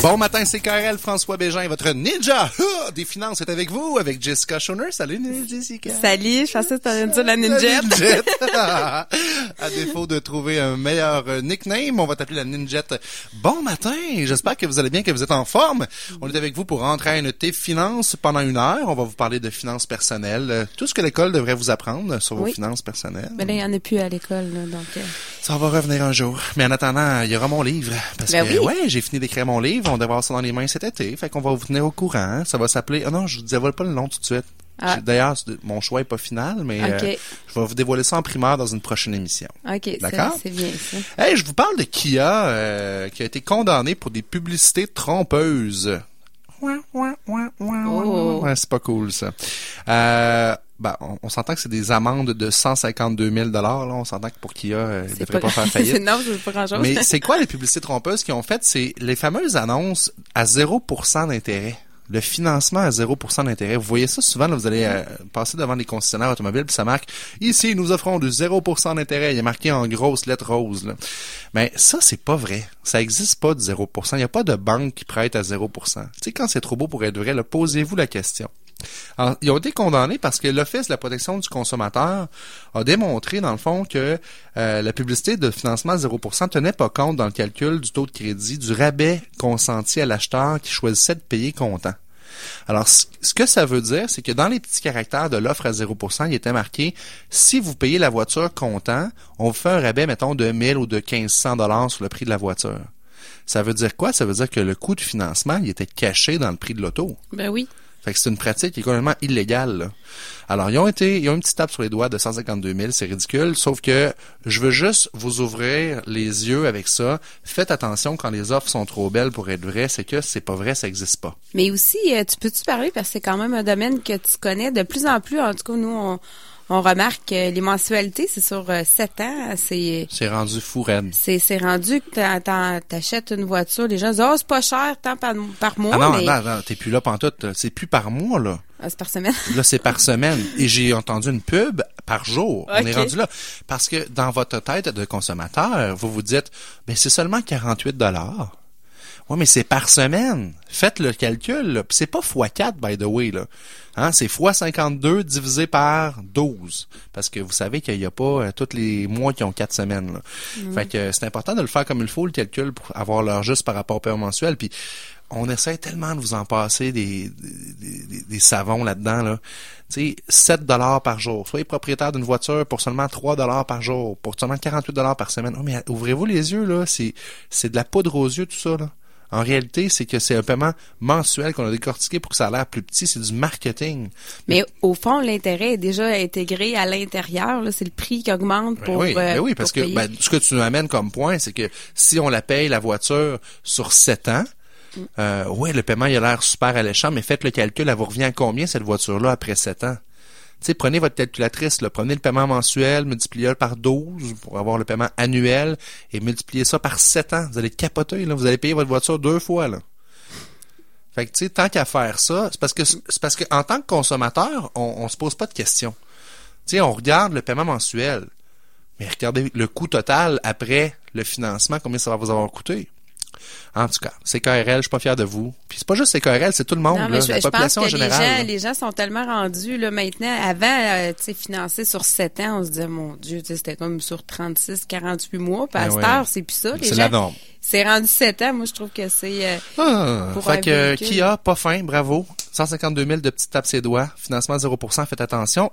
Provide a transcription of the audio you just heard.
Bon matin, c'est KRL, François Bégin, votre ninja des finances est avec vous, avec Jessica Schoner. Salut Jessica. Salut, je pensais que tu allais dire la ninjette. À défaut de trouver un meilleur nickname, on va t'appeler la ninjette. Bon matin, j'espère que vous allez bien, que vous êtes en forme. On est avec vous pour entraîner tes finances pendant 1 heure. On va vous parler de finances personnelles, tout ce que l'école devrait vous apprendre sur vos finances personnelles. Mais là, il n'y en a plus à l'école, là, donc... Ça va revenir un jour. Mais en attendant, il y aura mon livre. Parce que, ouais, j'ai fini d'écrire mon livre. On devrait avoir ça dans les mains cet été. Fait qu'on va vous tenir au courant. Ça va s'appeler... Ah non, je vous dévoile pas le nom tout de suite. Ah. D'ailleurs, mon choix est pas final, mais je vais vous dévoiler ça en primeur dans une prochaine émission. OK, d'accord? C'est bien ça. Hey, je vous parle de Kia qui a été condamné pour des publicités trompeuses. Oh. Ouais, c'est pas cool, ça. On s'entend que c'est des amendes de 152 000 $. Là, on s'entend que pour Kia, ils ne devraient pas faire faillite. Non, c'est pas grand-chose. Mais c'est quoi les publicités trompeuses qu'ils ont faites? C'est les fameuses annonces à 0% d'intérêt. Le financement à 0% d'intérêt. Vous voyez ça souvent, là, vous allez passer devant les concessionnaires automobiles, puis ça marque « Ici, nous offrons du 0% d'intérêt ». Il est marqué en grosses lettres roses. Là. Mais ça, c'est pas vrai. Ça existe pas du 0%. Il n'y a pas de banque qui prête à 0%. Tu sais, quand c'est trop beau pour être vrai, là, posez-vous la question. Alors, ils ont été condamnés parce que l'Office de la protection du consommateur a démontré, dans le fond, que la publicité de financement à 0% tenait pas compte dans le calcul du taux de crédit du rabais consenti à l'acheteur qui choisissait de payer comptant. Alors, ce que ça veut dire, c'est que dans les petits caractères de l'offre à 0%, il était marqué « Si vous payez la voiture comptant, on vous fait un rabais, mettons, de 1000 ou de 1500 $ sur le prix de la voiture. » Ça veut dire quoi? Ça veut dire que le coût de financement, il était caché dans le prix de l'auto. Ben oui. Fait que c'est une pratique qui est complètement illégale, là. Alors, ils ont une petite tape sur les doigts de 152 000, c'est ridicule, sauf que je veux juste vous ouvrir les yeux avec ça. Faites attention quand les offres sont trop belles pour être vraies, c'est que c'est pas vrai, ça existe pas. Mais aussi, tu peux-tu parler, parce que c'est quand même un domaine que tu connais de plus en plus, en tout cas, nous, on remarque que les mensualités, c'est sur 7 ans. C'est rendu fou raide. C'est rendu que t'achètes une voiture, les gens disent « Oh, c'est pas cher, tant par mois. » Ah non, non, t'es plus là pantoute. C'est plus par mois, là. Ah, c'est par semaine. Là, c'est par semaine. Et j'ai entendu une pub par jour. Okay. On est rendu là. Parce que dans votre tête de consommateur, vous vous dites « Ben, c'est seulement 48 $. » Ouais, mais c'est par semaine. Faites le calcul, là. Puis c'est pas x4, by the way, là. Hein? C'est x52 divisé par 12. Parce que vous savez qu'il n'y a pas tous les mois qui ont 4 semaines, là. Fait que c'est important de le faire comme il faut, le calcul, pour avoir l'heure juste par rapport au paiement mensuel. Puis on essaie tellement de vous en passer des savons là-dedans, là. Tu sais, 7 $ par jour. Soyez propriétaire d'une voiture pour seulement 3 $ par jour, pour seulement 48 $ par semaine. Oh, mais ouvrez-vous les yeux, là. C'est de la poudre aux yeux, tout ça, là. En réalité, c'est que c'est un paiement mensuel qu'on a décortiqué pour que ça a l'air plus petit. C'est du marketing. Mais au fond, l'intérêt est déjà intégré à l'intérieur. Là, c'est le prix qui augmente pour oui, parce que ce que tu nous amènes comme point, c'est que si on la paye, la voiture, sur 7 ans, le paiement il a l'air super alléchant, mais faites le calcul, elle vous revient à combien cette voiture-là après 7 ans? Tu sais, prenez votre calculatrice, là, prenez le paiement mensuel, multipliez-le par 12 pour avoir le paiement annuel et multipliez ça par 7 ans. Vous allez capoter, là. Vous allez payer votre voiture 2 fois, là. Fait que, tu sais, tant qu'à faire ça, c'est parce que en tant que consommateur, on se pose pas de questions. Tu sais, on regarde le paiement mensuel, mais regardez le coût total après le financement, combien ça va vous avoir coûté. En tout cas, CKRL, je suis pas fier de vous. Puis c'est pas juste CKRL, c'est tout le monde, non, mais là, la population en général. Les gens sont tellement rendus là maintenant. Avant, tu sais, financer sur 7 ans, on se disait mon Dieu, tu sais, c'était comme sur 36, 48 mois. Puis à cette heure, c'est plus ça. C'est la norme. C'est rendu 7 ans. Moi, je trouve que c'est fait que Kia, pas fin, bravo. 152 000 de petites tapes ses doigts. Financement 0%, faites attention.